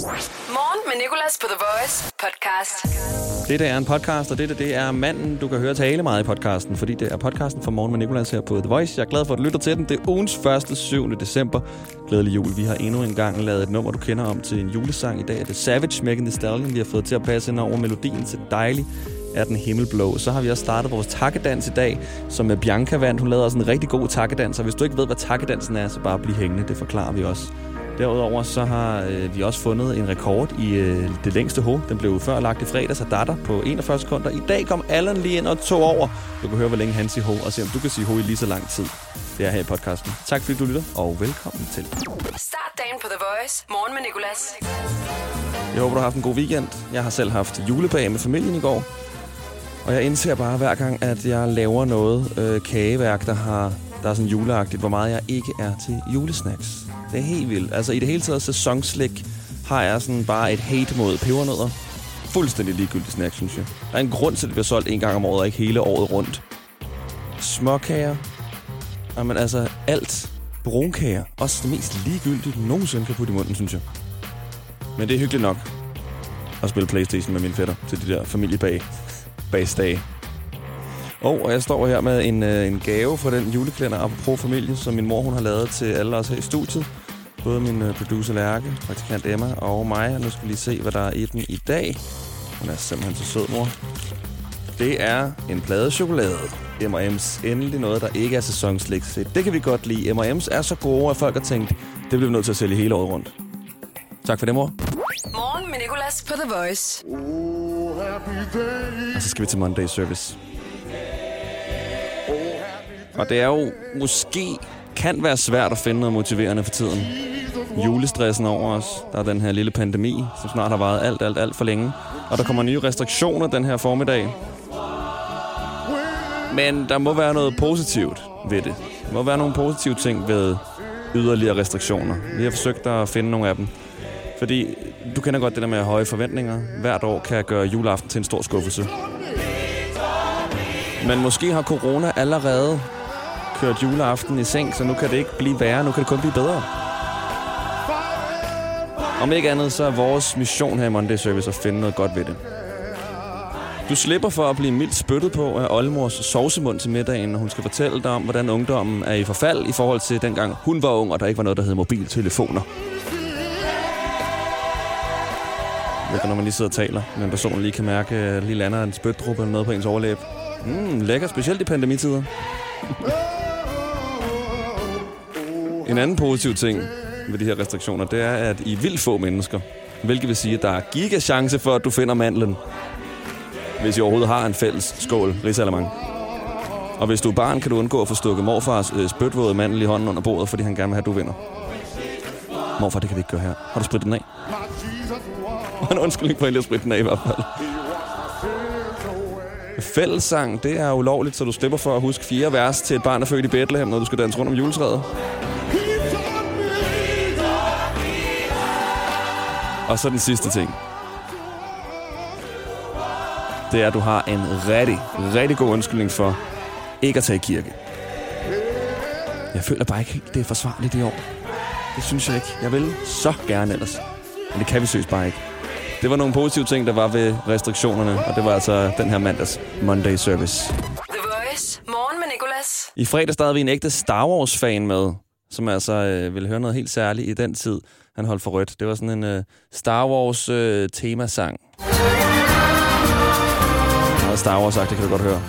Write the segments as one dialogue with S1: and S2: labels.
S1: Morgen med Nicolas på The Voice podcast.
S2: Det er en podcast, og det er manden, du kan høre tale meget i podcasten, fordi det er podcasten for Morgen med Nicolas her på The Voice. Jeg er glad for, at du lytter til den. Det er ugens første 7. december. Glædelig jul. Vi har endnu en gang lavet et nummer, du kender om til en julesang. I dag er det Savage, Megan Thee Stallion. Vi har fået til at passe ind over melodien til Dejlig er den himmelblå. Så har vi også startet vores takkedans i dag, som med Bianca vandt. Hun lavede også en rigtig god takkedans, og hvis du ikke ved, hvad takkedansen er, så bare bliv hængende. Det forklarer vi også. Derudover så har vi også fundet en rekord i det længste ho. Den blev før lagt i fredags af Datter på 41 sekunder. I dag kom Allan lige ind og tog over. Du kan høre, hvor længe han siger ho, og se om du kan sige ho i lige så lang tid. Det er her i podcasten. Tak fordi du lytter, og velkommen til.
S1: Start dagen på The Voice. Morgen med Nicolas.
S2: Jeg håber, du har haft en god weekend. Jeg har selv haft julebag med familien i går. Og jeg indser bare hver gang, at jeg laver noget kageværk, der er sådan juleagtigt, hvor meget jeg ikke er til julesnacks. Det er helt vildt. Altså i det hele taget sæsonslik har jeg sådan bare et hate mod pebernødder. Fuldstændig ligegyldigt snack, synes jeg. Der er en grund til, at det bliver solgt en gang om året, og ikke hele året rundt. Småkager. Jamen altså alt. Brunkager. Også det mest ligegyldigt, du nogensinde kan putte i munden, synes jeg. Men det er hyggeligt nok at spille PlayStation med mine fætter til de der familiebagsdage. Og jeg står her med en gave fra den julekalender apropos familie, som min mor hun har lavet til alle os her i studiet. Både min producer Lærke, praktikant Emma og mig. Og nu skal vi lige se, hvad der er i den i dag. Hun er simpelthen så sød, mor. Det er en plade chokolade. M&M's. Endelig noget, der ikke er sæsonslik. Det kan vi godt lide. M&M's er så gode, at folk har tænkt, det bliver vi nødt til at sælge hele året rundt. Tak for det, mor.
S1: Morgen med Nicolas på The Voice.
S2: Og så skal vi til Monday Service. Og det er jo måske kan være svært at finde noget motiverende for tiden. Julestressen over os. Der er den her lille pandemi, som snart har varet alt for længe. Og der kommer nye restriktioner den her formiddag. Men der må være noget positivt ved det. Der må være nogle positive ting ved yderligere restriktioner. Vi har forsøgt at finde nogle af dem. Fordi du kender godt det der med høje forventninger. Hvert år kan gøre juleaften til en stor skuffelse. Men måske har corona allerede kørt juleaften i seng, så nu kan det ikke blive værre, nu kan det kun blive bedre. Om ikke andet, så er vores mission her i Monday Service at finde noget godt ved det. Du slipper for at blive mildt spyttet på af oldemors sovsemund til middagen, når hun skal fortælle dig om, hvordan ungdommen er i forfald i forhold til dengang hun var ung, og der ikke var noget, der hed mobiltelefoner. Når man lige sidder og taler med en person, der lige kan mærke, at lige lander en spytdruppe eller noget på ens overlæb. Lækker, specielt i pandemitider. En anden positiv ting ved de her restriktioner, det er, at I vildt få mennesker, hvilket vil sige, at der er gigachance for, at du finder mandlen, hvis I overhovedet har en fælles skål risalamande. Og hvis du er barn, kan du undgå at få stukket morfars spytvåde mandel i hånden under bordet, fordi han gerne vil have, at du vinder. Morfar, det kan vi ikke gøre her. Har du spritet den af? En undskyldning for at spritte den af i hvert fald. Fællessang, det er ulovligt, så du slipper for at huske 4 vers til et barn, der er født i Bethlehem, når du skal danse rundt om juletræet. Og så den sidste ting. Det er, at du har en rigtig god undskyldning for ikke at tage i kirke. Jeg føler bare ikke, det er forsvarligt i år. Det synes jeg ikke. Jeg vil så gerne ellers. Men det kan vi søges bare ikke. Det var nogle positive ting, der var ved restriktionerne, og det var altså den her mandags Monday Service.
S1: The Voice. Morgen med Nicolas.
S2: I fredags havde vi en ægte Star Wars-fan med, som altså ville høre noget helt særligt i den tid, han holdt for rødt. Det var sådan en Star Wars-temasang. Noget Star Wars-sagt, det kan du godt høre.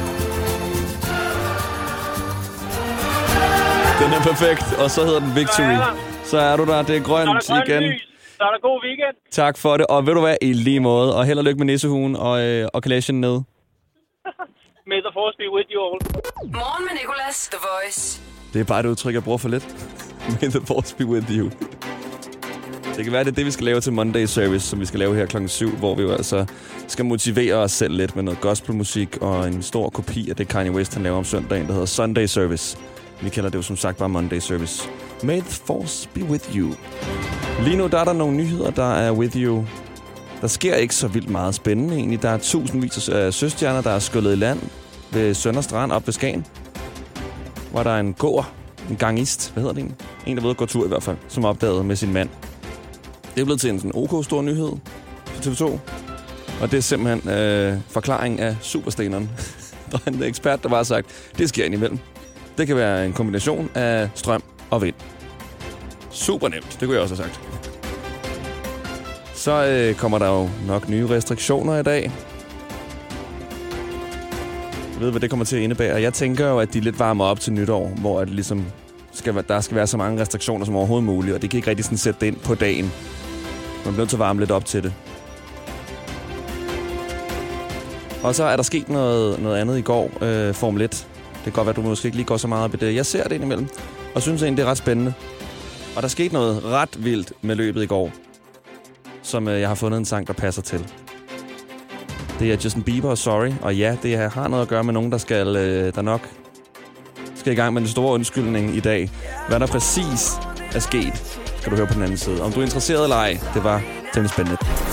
S2: Den er perfekt, og så hedder den Victory. Så er du der, det er grønt igen.
S3: Så er der god weekend.
S2: Tak for det, og ved du hvad, i lige måde. Og held og lykke med nissehuen og kalasjen ned.
S3: May the force be with you all.
S1: Morgen med Nicolas, The Voice.
S2: Det er bare et udtryk, jeg bruger for lidt. May the force be with you. Det kan være, det er det, vi skal lave til Monday Service, som vi skal lave her klokken 7, hvor vi jo altså skal motivere os selv lidt med noget gospelmusik og en stor kopi af det Kanye West, han laver om søndagen, der hedder Sunday Service. Vi kalder det jo som sagt bare Monday Service. May the force be with you. Lige nu der er der nogle nyheder, der er with you. Der sker ikke så vildt meget spændende egentlig. Der er tusindvis af søstjerner, der er skyllet i land ved Sønder Strand op ved Skagen. Hvor der er en gangist, hvad hedder det egentlig? En, der ved at gå tur i hvert fald, som opdagede med sin mand. Det er blevet til en sådan OK-stor nyhed på TV2. Og det er simpelthen forklaring af supersteneren. Der er en ekspert, der bare har sagt, det sker indimellem. Det kan være en kombination af strøm og vind. Super nemt, det kunne jeg også have sagt. Så kommer der jo nok nye restriktioner i dag. Jeg ved, hvad det kommer til at indebære. Jeg tænker jo, at de lidt varmer op til nytår, hvor det ligesom der skal være så mange restriktioner som overhovedet muligt, og det kan ikke rigtig sådan sætte det ind på dagen. Man bliver nødt til at varme lidt op til det. Og så er der sket noget andet i går, Formel 1. Det kan godt være, at du måske ikke lige går så meget op i det. Jeg ser det indimellem, og synes egentlig, det er ret spændende. Og der skete noget ret vildt med løbet i går, som jeg har fundet en sang, der passer til. Det er Justin Bieber og Sorry, og ja, det har noget at gøre med nogen, der nok skal i gang med den store undskyldning i dag. Hvad der præcis er sket, skal du høre på den anden side. Om du er interesseret eller ej, det var temmelig spændende.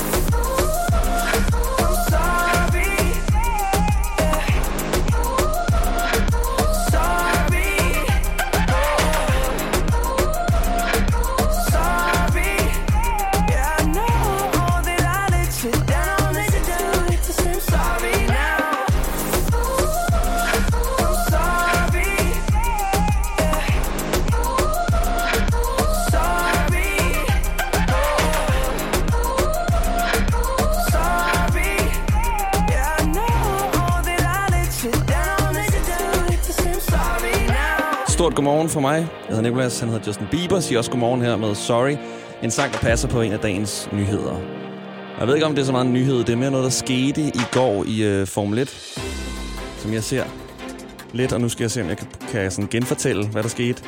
S2: Stort godmorgen for mig. Jeg hedder Nicolas, han hedder Justin Bieber. Siger også godmorgen her med Sorry. En sang, der passer på en af dagens nyheder. Og jeg ved ikke, om det er så meget en nyhed. Det er mere noget, der skete i går i Formel 1. Som jeg ser lidt, og nu skal jeg se, om jeg kan sådan genfortælle, hvad der skete.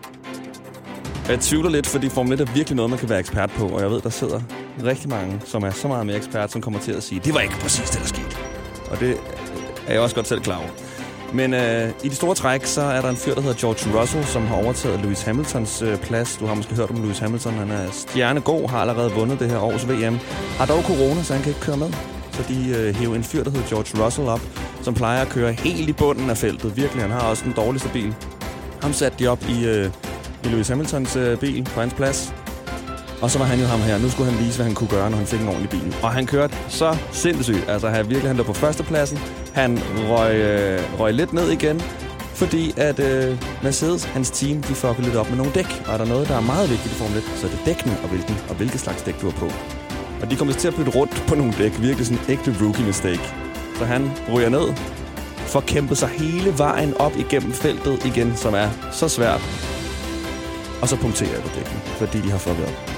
S2: Jeg tvivler lidt, fordi Formel 1 er virkelig noget, man kan være ekspert på. Og jeg ved, der sidder rigtig mange, som er så meget mere ekspert, som kommer til at sige, det var ikke præcis det, der skete. Og det er jeg også godt selv klar over. Men i de store træk, så er der en fyr, der hedder George Russell, som har overtaget Lewis Hamiltons plads. Du har måske hørt om Lewis Hamilton. Han er stjernegod, har allerede vundet det her års VM. Har dog corona, så han kan ikke køre med. Så de hæver en fyr, der hedder George Russell op, som plejer at køre helt i bunden af feltet. Virkelig, han har også den dårligste bil. Ham satte de op i Lewis Hamiltons bil på hans plads. Og så var han jo ham her. Nu skulle han vise, hvad han kunne gøre, når han fik en ordentlig bil. Og han kørte så sindssygt. Altså, han lå på førstepladsen. Han røg lidt ned igen, fordi at Mercedes, hans team, de fuckede lidt op med nogle dæk. Og er der noget, der er meget vigtigt i Formel 1, så er det dækkene og hvilke slags dæk du har på. Og de kommer til at bytte rundt på nogle dæk. Virkelig sådan en ægte rookie mistake. Så han ryger ned, får kæmpet sig hele vejen op igennem feltet igen, som er så svært. Og så punkterer jeg på dækken, fordi de har fucket op.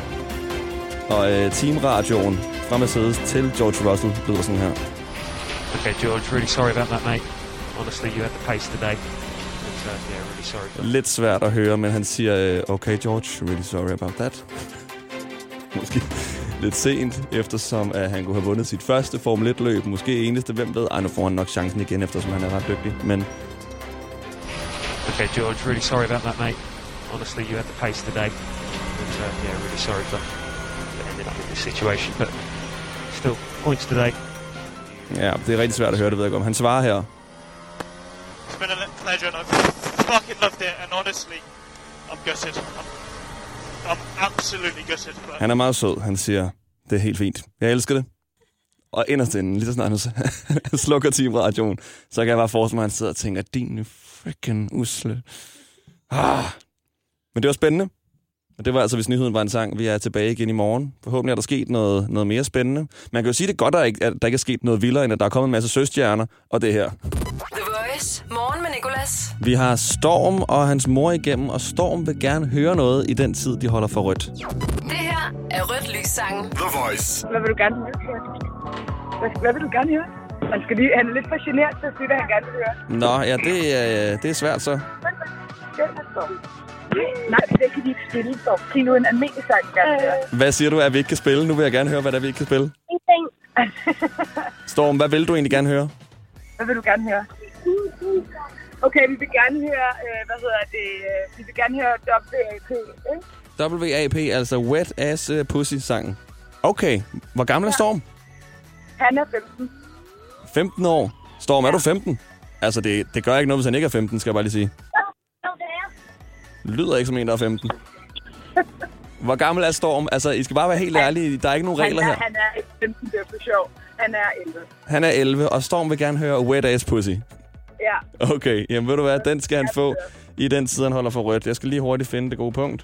S2: Og teamradioen fra Mercedes til George Russell lyder sådan her.
S4: Okay, George, really sorry about that, mate. Honestly, you had the pace today. But, yeah, really sorry.
S2: Lidt svært at høre, men han siger, okay, George, really sorry about that. Måske lidt sent, eftersom han kunne have vundet sit første Formel 1-løb. Måske eneste, hvem ved. Nu får han nok chancen igen, eftersom han er ret dygtig, men...
S4: Okay, George, really sorry about that, mate. Honestly, you had the pace today. But, yeah, really sorry for ending up in this situation. But still, points today.
S2: Ja, det er rigtig svært at høre, det ved jeg godt. Han svarer her.
S5: It's been a pleasure and I've fucking loved it, and honestly, I'm gutted. I'm absolutely gutted. But...
S2: Han er meget sød. Han siger, det er helt fint. Jeg elsker det. Og inderst inden, lige så snart han slukker teamradioen, så kan jeg bare forestille mig, at han sidder og tænker, din freaking usle. Men det var spændende. Og det var altså, hvis nyheden var en sang. Vi er tilbage igen i morgen. Forhåbentlig er der sket noget mere spændende. Man kan jo sige, det godt, at der ikke er sket noget vildere, end at der er kommet en masse søstjerner. Og det her.
S1: The Voice. Morgen med Nicolas.
S2: Vi har Storm og hans mor igennem, og Storm vil gerne høre noget i den tid, de holder for rødt.
S1: Det her er Rødt Lys-sangen.
S6: The Voice.
S7: Hvad vil du gerne høre? Hvad vil du gerne høre? Han er lidt for genert til at sige, hvad han gerne vil høre.
S2: Nå, ja, det er svært så.
S7: Nej, det kan de ikke spille. Så sig nu en almindelig sang, gerne høre.
S2: Hvad siger du, at vi ikke kan spille? Nu vil jeg gerne høre, hvad der vi ikke kan spille. Storm, hvad vil du egentlig gerne høre?
S7: Hvad vil du gerne høre? Okay, vi vil gerne høre, vi vil gerne høre WAP,
S2: WAP, altså Wet Ass Pussy-sangen. Okay, hvor gammel er Storm?
S7: Han er 15.
S2: 15 år. Storm, er du 15? Altså, det gør ikke noget, hvis han ikke er 15, skal jeg bare lige sige. Lyder ikke som en, der er 15. Hvor gammel er Storm? Altså, I skal bare være helt ærlige. Der er ikke nogen regler her.
S7: Han er 15, det er for sjov. Han er 11.
S2: Han er 11, og Storm vil gerne høre Wet Ass Pussy.
S7: Ja.
S2: Okay, jamen ved du hvad, den skal han få i den tid, han holder for rødt. Jeg skal lige hurtigt finde det gode punkt.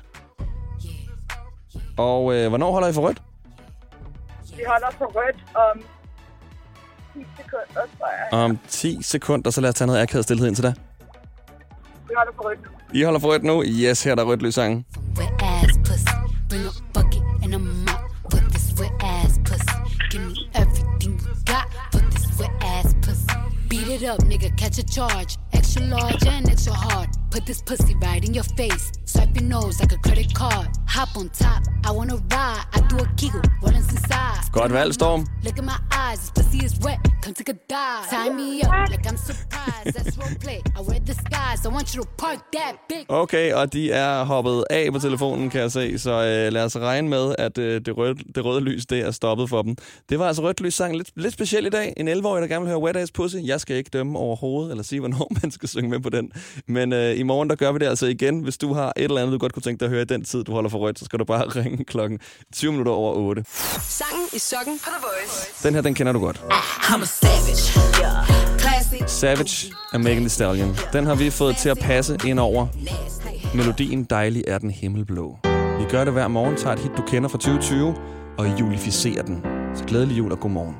S2: Og hvornår holder I for rødt?
S7: Vi holder for rødt om 10 sekunder, tror jeg.
S2: Om 10 sekunder, så lad os tage noget akavet stillhed ind til dig.
S7: Vi holder for rødt nu.
S2: I holder for rødt nu? Yes, her er der rødt lys sangen.
S6: Wet ass pussy, bring a bucket and a mop for this wet ass pussy. Give me everything you got for this wet ass pussy. Beat it up, nigga, catch a charge. Extra large and extra hard. Put this pussy right in your face. Swipe your nose like a credit card. Hop on top, I wanna ride. I do a giggle, what is inside?
S2: Godt valg, Storm.
S6: Look at my eyes, this pussy is wet. Come take a dive. Tie me up like I'm surprised. That's roleplay. I wear disguise. I want you to park that big.
S2: Okay, og de er hoppet af på telefonen, kan jeg se. Så lad os regne med, at det røde lys, det er stoppet for dem. Det var altså rødt lys sang. Lidt speciel i dag. En 11-årig, der gerne vil høre Wet Ass Pussy. Jeg skal ikke dømme overhovedet, eller sige, hvornår man skal synge med på den. Men i morgen, der gør vi det altså igen. Hvis du har et eller andet, du godt kunne tænke dig at høre i den tid, du holder for rødt, så skal du bare ringe klokken 20 minutter over 8.
S1: Sangen i sokken på The Voice.
S2: Den her, den kender du godt.
S1: I'm a savage. Yeah. Classy.
S2: Savage af Megan Thee Stallion. Den har vi fået til at passe ind over melodien Dejlig er den himmelblå. Vi gør det hver morgen, tager et hit, du kender fra 2020, og julificerer den. Så glædelig jul og god morgen.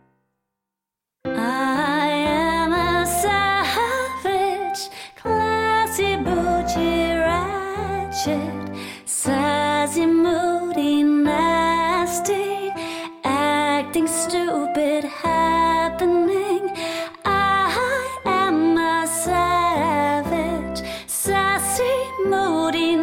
S8: Sassy, moody, nasty, acting stupid, happening. I am a savage, sassy, moody,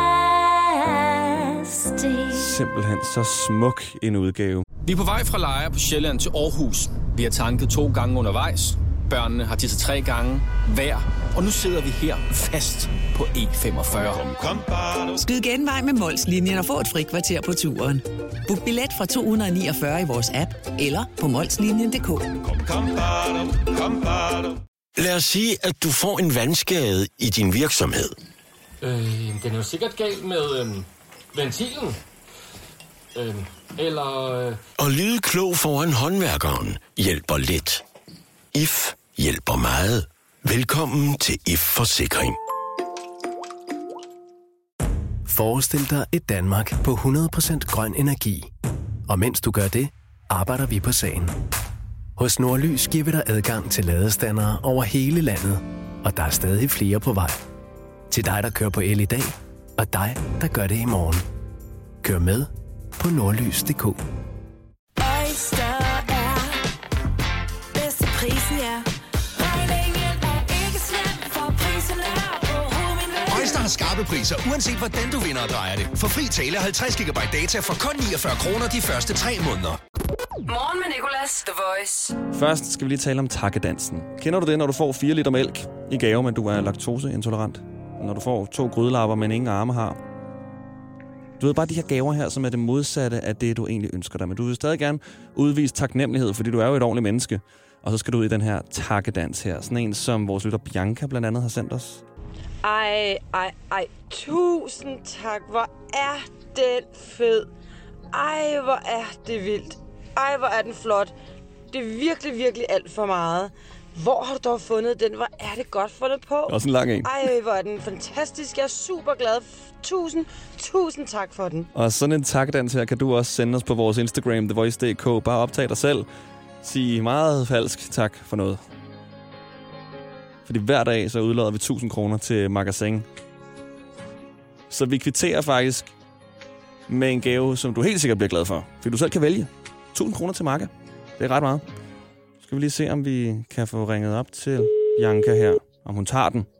S8: nasty.
S2: Simpelthen så smuk en udgave.
S9: Vi er på vej fra Lejre på Sjælland til Aarhus. Vi har tanket 2 gange undervejs. Børnene har tisset 3 gange hver. Og nu sidder vi her fast på E45.
S10: Skyd genvej med Mols-linjen og få et frikvarter på turen. Book billet fra 249 i vores app eller på molslinjen.dk.
S11: Lad os sige, at du får en vandskade i din virksomhed.
S12: Den er jo sikkert galt med ventilen.
S11: Og lyde klog foran håndværkeren hjælper lidt. IF hjælper meget. Velkommen til IF Forsikring.
S13: Forestil dig et Danmark på 100% grøn energi. Og mens du gør det, arbejder vi på sagen. Hos Nordlys giver vi dig adgang til ladestandere over hele landet. Og der er stadig flere på vej. Til dig, der kører på el i dag, og dig, der gør det i morgen. Kør med på nordlys.dk.
S8: Oyster er bedst til prisen, ja. Regningen er ikke slem, for prisen er på hovedet.
S14: Oyster har skarpe priser, uanset hvordan du vinder og drejer det. For fri tale 50 GB data for kun 49 kroner de første 3 måneder.
S1: Morgen med Nicolas, The Voice.
S2: Først skal vi lige tale om takkedansen. Kender du det, når du får 4 liter mælk i gave, men du er laktoseintolerant? Når du får 2 grydelapper, men ingen arme har? Du ved bare de her gaver her, som er det modsatte af det, du egentlig ønsker dig. Men du vil stadig gerne udvise taknemmelighed, fordi du er jo et ordentligt menneske. Og så skal du ud i den her takkedans her. Sådan en, som vores lytter Bianca blandt andet har sendt os.
S15: Ej. Tusind tak. Hvor er den fed. Ej, hvor er det vildt. Ej, hvor er den flot. Det er virkelig, virkelig alt for meget. Hvor har du dog fundet den? Hvor er det godt fundet på?
S2: Også en lang en.
S15: Ej, hvor er den fantastisk. Jeg er super glad. Tusind tak for den.
S2: Og sådan en takkedans her kan du også sende os på vores Instagram, thevoice.dk. Bare optag dig selv. Sig meget falsk tak for noget. Fordi hver dag så udlader vi 1000 kroner til magasin. Så vi kvitterer faktisk med en gave, som du helt sikkert bliver glad for. Fordi du selv kan vælge. 1000 kroner til Maga. Det er ret meget. Så skal vi lige se, om vi kan få ringet op til Bianca her. Om hun tager den.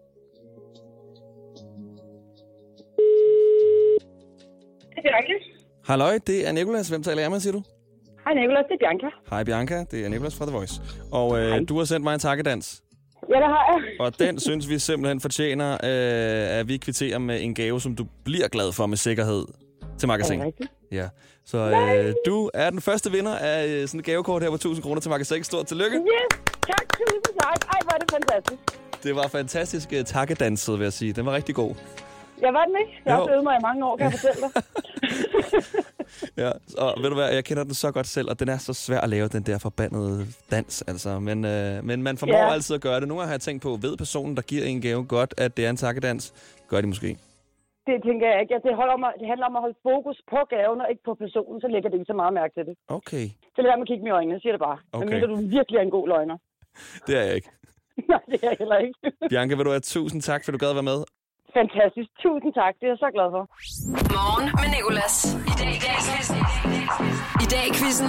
S2: Halløj, det er Nicolas. Hvem taler jeg med, siger du?
S7: Hej Nicolas, det er Bianca.
S2: Hej Bianca, det er Nicolas fra The Voice. Og du har sendt mig en takkedans.
S7: Ja, det har jeg.
S2: Og den synes vi simpelthen fortjener, at vi kvitterer med en gave, som du bliver glad for med sikkerhed til magasin. Ja. Så du er den første vinder af sådan et gavekort her på 1000 kroner til magasin. Stort tillykke.
S7: Yes, tak. Tusind tak. Ej, hvor er det fantastisk.
S2: Det var fantastisk takkedanset, vil jeg sige. Den var rigtig god.
S7: Jeg var den ikke. Jeg har øvet mig i mange år, kan jeg fortælle dig.
S2: Ja, og ved du hvad, jeg kender den så godt selv, og den er så svær at lave, den der forbandede dans, altså. Men man formår altid at gøre det. Nogle gange har jeg tænkt på, ved personen, der giver en gave godt, at det er en takkedans? Gør de måske?
S16: Det tænker jeg ikke. Det handler om at holde fokus på gaven og ikke på personen, så lægger det ikke så meget mærke til det.
S2: Okay.
S16: Så lad være med at kigge mig i øjnene, siger det bare. Okay. Men du virkelig er en god løgner.
S2: Det er jeg ikke.
S16: Nej, det er jeg heller ikke.
S2: Bianca, vil du have tusind tak, for du gad at være med.
S16: Fantastisk. Tusind tak. Det er jeg så glad for.
S1: Morgen med Nicolas. I dag quizzen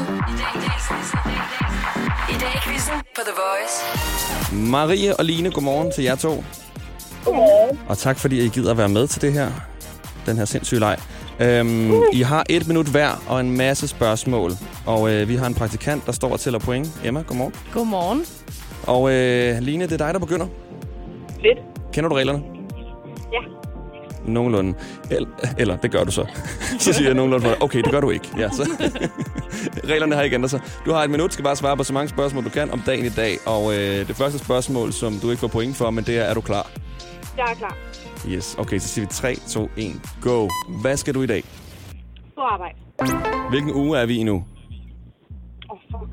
S1: på The Voice.
S2: Marie og Line, godmorgen til jer to.
S7: Godmorgen.
S2: Og tak fordi I gider at være med til det her. Den her sindssyge leg. I har 1 minut hver og en masse spørgsmål. Og vi har en praktikant, der står og tæller point. Emma, godmorgen.
S17: Godmorgen.
S2: Og Line, det er dig, der begynder.
S7: Fedt.
S2: Kender du reglerne?
S7: Ja.
S2: Nogenlunde. Eller det gør du så. Så siger jeg nogenlunde for dig. Okay, det gør du ikke. Ja, så. Reglerne har ikke ændret sig. Du har 1 minut, skal bare svare på så mange spørgsmål, du kan om dagen i dag. Og det første spørgsmål, som du ikke får point for, men det er du klar?
S7: Jeg er klar.
S2: Yes, okay, så siger vi 3, 2, 1, go. Hvad skal du i dag?
S7: På arbejde.
S2: Hvilken uge er vi i nu?
S7: Fuck.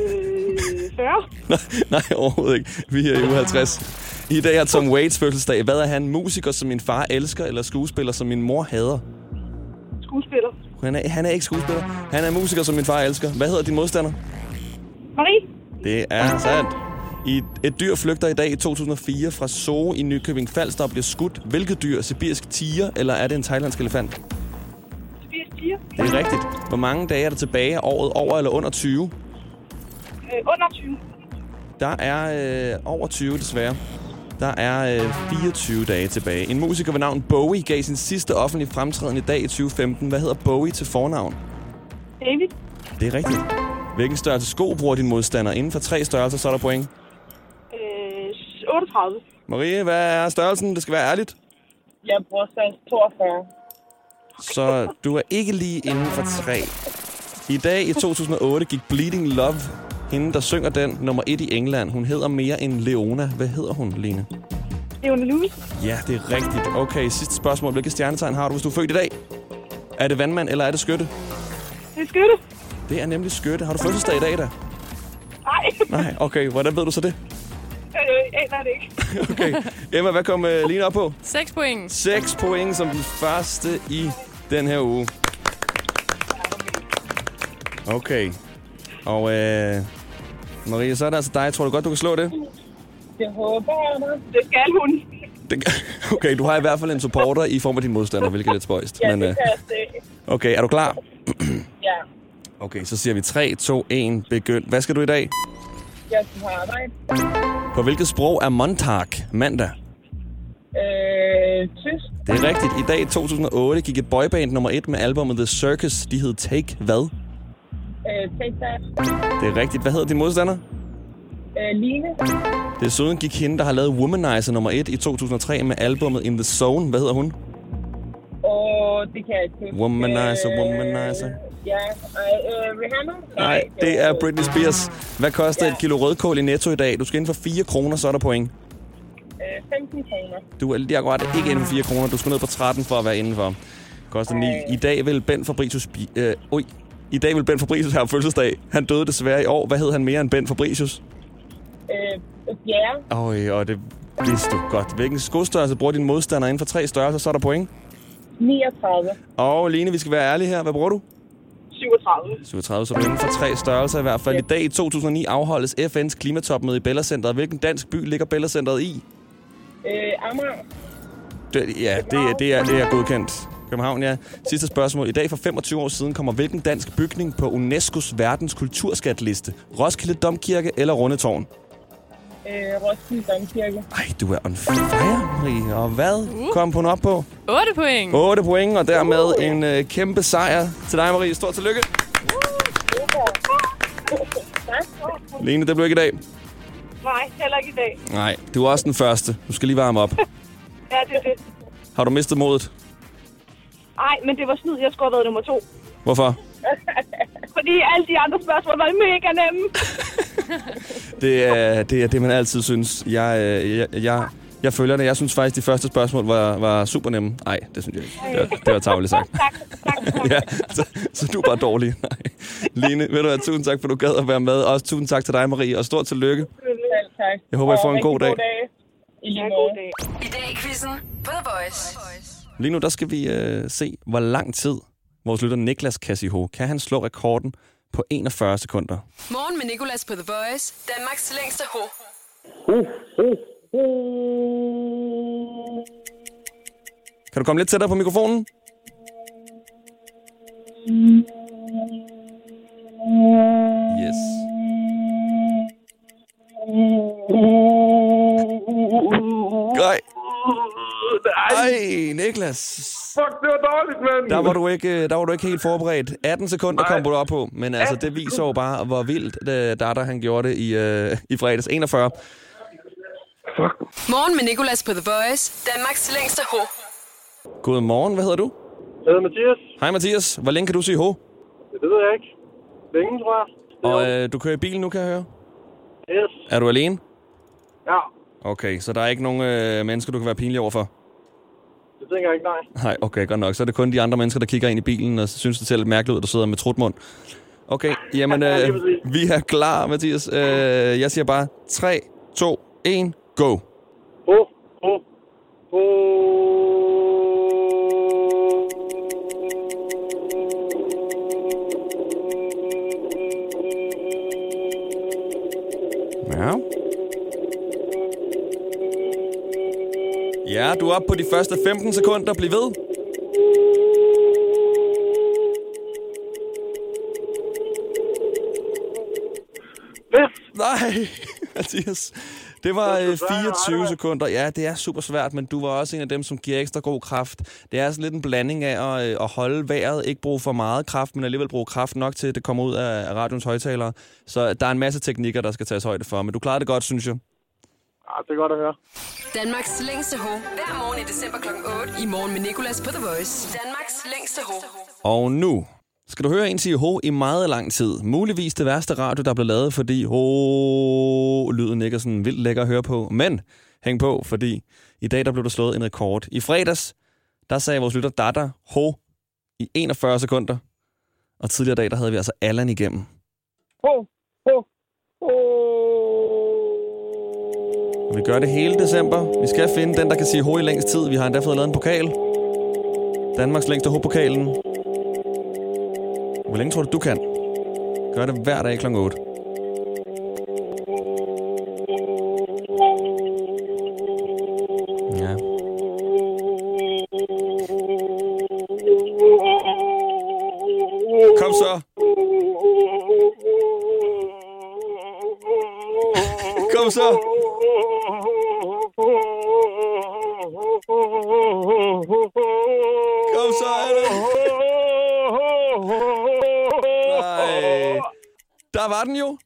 S7: 40?
S2: Nej, overhovedet ikke. Vi er i uge 50. I dag er Tom Waits fødselsdag. Hvad er han? Musiker, som min far elsker, eller skuespiller, som min mor hader?
S7: Skuespiller.
S2: Han er ikke skuespiller. Han er musiker, som min far elsker. Hvad hedder din modstander?
S7: Marie.
S2: Det er sandt. Et dyr flygter i dag i 2004 fra Zoo i Nykøbing Falster og bliver skudt. Hvilket dyr? Sibirisk tiger, eller er det en thailandsk elefant?
S7: Sibirisk tiger.
S2: Det er rigtigt. Hvor mange dage er der tilbage af året? Over eller under 20?
S7: Under 20.
S2: Der er over 20, desværre. Der er 24 dage tilbage. En musiker ved navn Bowie gav sin sidste offentlige fremtræden i dag i 2015. Hvad hedder Bowie til fornavn?
S7: David.
S2: Det er rigtigt. Hvilken størrelse sko bruger din modstander? Inden for 3 størrelser, så er der point.
S7: 38.
S2: Marie, hvad er størrelsen? Det skal være ærligt.
S7: Jeg bruger størrelse 42.
S2: Så du er ikke lige inden for 3. I dag i 2008 gik Bleeding Love, hende der synger den, nummer 1 i England. Hun hedder mere end Leona. Hvad hedder hun, Line?
S7: Leona Lewis.
S2: Ja, det er rigtigt. Okay, sidste spørgsmål. Hvilke stjernetegn har du, hvis du er født i dag? Er det vandmand, eller er det skytte?
S7: Det er skytte.
S2: Det er nemlig skytte. Har du fødselsdag i dag, da?
S7: Nej.
S2: Okay. Hvordan ved du så det?
S7: Aner det ikke.
S2: Okay. Emma, hvad kom Line op på?
S17: 6 point.
S2: 6 point som den første i den her uge. Okay. Og Marie, så er det altså dig. Tror du godt, du kan slå det?
S7: Det håber jeg. Det skal hun.
S2: Okay, du har i hvert fald en supporter i form af din modstander, hvilket er lidt spøjst.
S7: Ja, det kan jeg se.
S2: Okay, er du klar?
S7: Ja.
S2: Okay, så siger vi 3, 2, 1, begynd. Hvad skal du i dag?
S7: Jeg skal på arbejde.
S2: På hvilket sprog er Montag mandag?
S7: Tysk.
S2: Det er rigtigt. I dag i 2008 gik et boyband nummer 1 med albumet The Circus. De hed Take hvad?
S7: Take That.
S2: Det er rigtigt. Hvad hedder din modstander?
S7: Line.
S2: Desuden gik hende, der har lavet Womanizer nummer 1 i 2003 med albumet In The Zone. Hvad hedder hun?
S7: Det kan jeg ikke.
S2: Womanizer.
S7: Ja, Rihanna?
S2: Nej, det er Britney Spears. Hvad koster et kilo rødkål i Netto i dag? Du skal inden for 4 kroner, så er der point.
S7: 15 kroner.
S2: Du er lige akkurat ikke inden for 4 kroner. Du skal ned på 13 for at være indenfor. Koster 9. I dag vil Bent Fabricius... I dag vil Bent Fabricius have fødselsdag. Han døde desværre i år. Hvad hed han mere end Bent Fabricius?
S7: Ja.
S2: Det vidste du godt. Hvilken skostørrelse bruger din modstander inden for 3 størrelser, så er der point?
S7: 39.
S2: Og Line, vi skal være ærlige her. Hvad bruger du?
S7: 37.
S2: 37, så du er inden for 3 størrelser i hvert fald. I dag i 2009 afholdes FN's klimatopmøde i Bella Centeret. Hvilken dansk by ligger Bella Centeret i?
S7: Amager.
S2: Det er godkendt. København, ja. Sidste spørgsmål. I dag for 25 år siden kommer hvilken dansk bygning på UNESCO's verdens kulturskatliste? Roskilde Domkirke eller Rundetårn?
S7: Roskilde Domkirke.
S2: Ej, du er on fire, Marie. Og hvad kom hun op på?
S17: 8 point.
S2: 8 point, og dermed en kæmpe sejr til dig, Marie. Stort tillykke. Line, det blev ikke i dag.
S7: Nej, heller ikke i dag.
S2: Nej, du er også den første. Du skal lige varme op.
S7: Ja, det er det.
S2: Har du mistet modet?
S7: Nej, men det var snyd. Jeg skulle have været nummer 2.
S2: Hvorfor?
S7: Fordi alle de andre spørgsmål var mega nemme.
S2: Det er det, man altid synes. Jeg Jeg følger det. Jeg synes faktisk, de første spørgsmål var super nemme. Nej, det synes jeg ikke. Det var tarveligt sagt. Ja, så du er bare dårlig. Nej. Line, ved du hvad, tusind tak, for du gad at være med. Også tusind tak til dig, Marie, og stort tillykke.
S7: Tak.
S2: Jeg håber, I får en god dag.
S7: I lige måde.
S1: I dag i quizzen på The Voice.
S2: Lige nu, der skal vi se, hvor lang tid vores lytter Niklas kan sige ho. Kan han slå rekorden på 41 sekunder?
S1: Morgen med Nicolas på The Voice. Danmarks længste ho.
S2: Kan du komme lidt tættere på mikrofonen? Yes. Gøj. Ej, Niklas.
S17: Fuck, det var dårligt, mand.
S2: Der var du ikke helt forberedt. 18 sekunder kom du op på, men altså, det viser jo bare, hvor vildt Dada han gjorde det i fredags. 41.
S17: Fuck.
S1: Morgen med Nicolas på The Voice. Danmarks længste ho.
S2: Godmorgen, hvad hedder du?
S17: Jeg hedder Mathias.
S2: Hej Mathias, hvor længe kan du sige ho?
S17: Det ved jeg ikke. Længe, tror jeg.
S2: Og du kører i bilen nu, kan jeg høre?
S17: Yes.
S2: Er du alene?
S17: Ja.
S2: Okay, så der er ikke nogen mennesker, du kan være pinlig overfor?
S17: Det tænker jeg ikke, nej.
S2: Nej, okay, godt nok. Så er det kun de andre mennesker, der kigger ind i bilen og synes, det ser lidt mærkeligt ud, der sidder med trutmund. Okay, jamen, vi er klar, Mathias. Jeg siger bare 3, 2, 1, go! Ja. Ja, du er oppe på de første 15 sekunder. Bliv ved. Nej, Mathias. Det var 24 sekunder. Ja, det er super svært, men du var også en af dem, som giver ekstra god kraft. Det er sådan lidt en blanding af at holde vejret, ikke bruge for meget kraft, men alligevel bruge kraft nok til, at det kommer ud af radions højtalere. Så der er en masse teknikker, der skal tages højde for, men du klarede det godt, synes jeg.
S17: Ja, det er godt at høre.
S1: Danmarks længste ho. Hver morgen i december kl. 8. I morgen med Nicolas på The Voice. Danmarks længste ho.
S2: Og nu skal du høre en sige ho i meget lang tid. Muligvis det værste radio, der blev lavet, fordi lyden ikke er sådan vildt lækker at høre på. Men hæng på, fordi i dag der blev der slået en rekord. I fredags, der sagde vores lytter Dada ho i 41 sekunder. Og tidligere dag, der havde vi altså Allan igennem. Og vi gør det hele december. Vi skal finde den, der kan sige ho i længst tid. Vi har endda fået lavet en pokal. Danmarks længste ho-pokalen. Hvor længe tror du kan? Gør det hver dag kl. 8. Ja. Kom så. Kom så. Kom så, Allan. Nej. Der var den jo.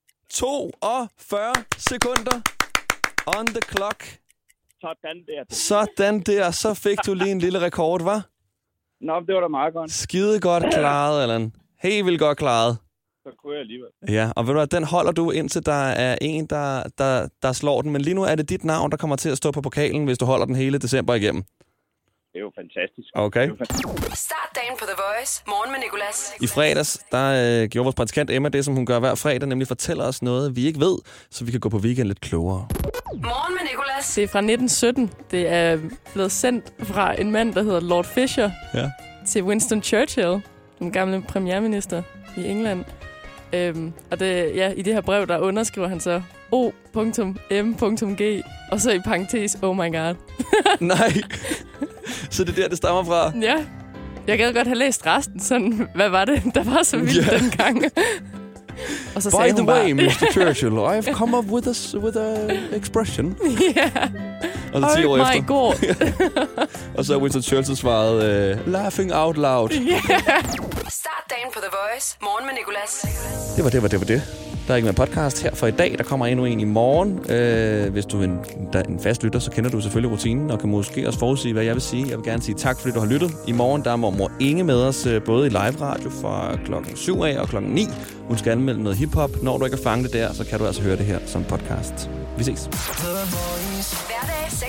S2: 42 sekunder. On the clock. Sådan der. Så fik du lige en lille rekord, hva'?
S17: Nå, det var da meget godt.
S2: Skide godt klaret, Allan. Helt vildt godt klaret.
S17: Så kunne jeg alligevel.
S2: Ja, og ved du hvad, den holder du indtil der er en, der slår den. Men lige nu er det dit navn, der kommer til at stå på pokalen, hvis du holder den hele december igennem.
S17: Det er jo fantastisk.
S2: Okay.
S1: Start dagen på The Voice. Morgen med Nicolas.
S2: I fredags, der gjorde vores praktikant Emma det, som hun gør hver fredag, nemlig fortæller os noget, vi ikke ved, så vi kan gå på weekend lidt klogere.
S1: Morgen med Nicolas.
S18: Det er fra 1917. Det er blevet sendt fra en mand, der hedder Lord Fisher, til Winston Churchill, den gamle premierminister i England. Og det, i det her brev, der underskriver han så O.M.G. og så i parentes, oh my god.
S2: Nej, så det er der, det stammer fra?
S18: Ja, jeg gad godt have læst resten, sådan, hvad var det, der var så vildt dengang? Og så
S2: By the way, Mr. Churchill, I've come up with a expression. Og så 10 år efter.
S18: Oh my god.
S2: Og så Winston Churchill svarede, laughing out loud.
S1: Start dagen på The Voice. Morgen med Nicolas.
S2: Det var det. Der er ikke mere podcast her for i dag. Der kommer endnu en i morgen. Hvis du er en fast lytter, så kender du selvfølgelig rutinen, og kan måske også forudsige, hvad jeg vil sige. Jeg vil gerne sige tak, fordi du har lyttet. I morgen der er mormor Inge med os, både i live radio fra klokken 7 af og klokken 9. Hun skal anmelde noget hiphop. Når du ikke har fanget det der, så kan du altså høre det her som podcast. Vi ses.
S1: Hverdag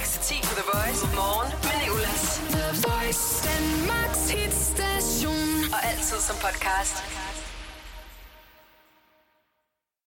S1: Danmarks hitstation. Og altid som podcast.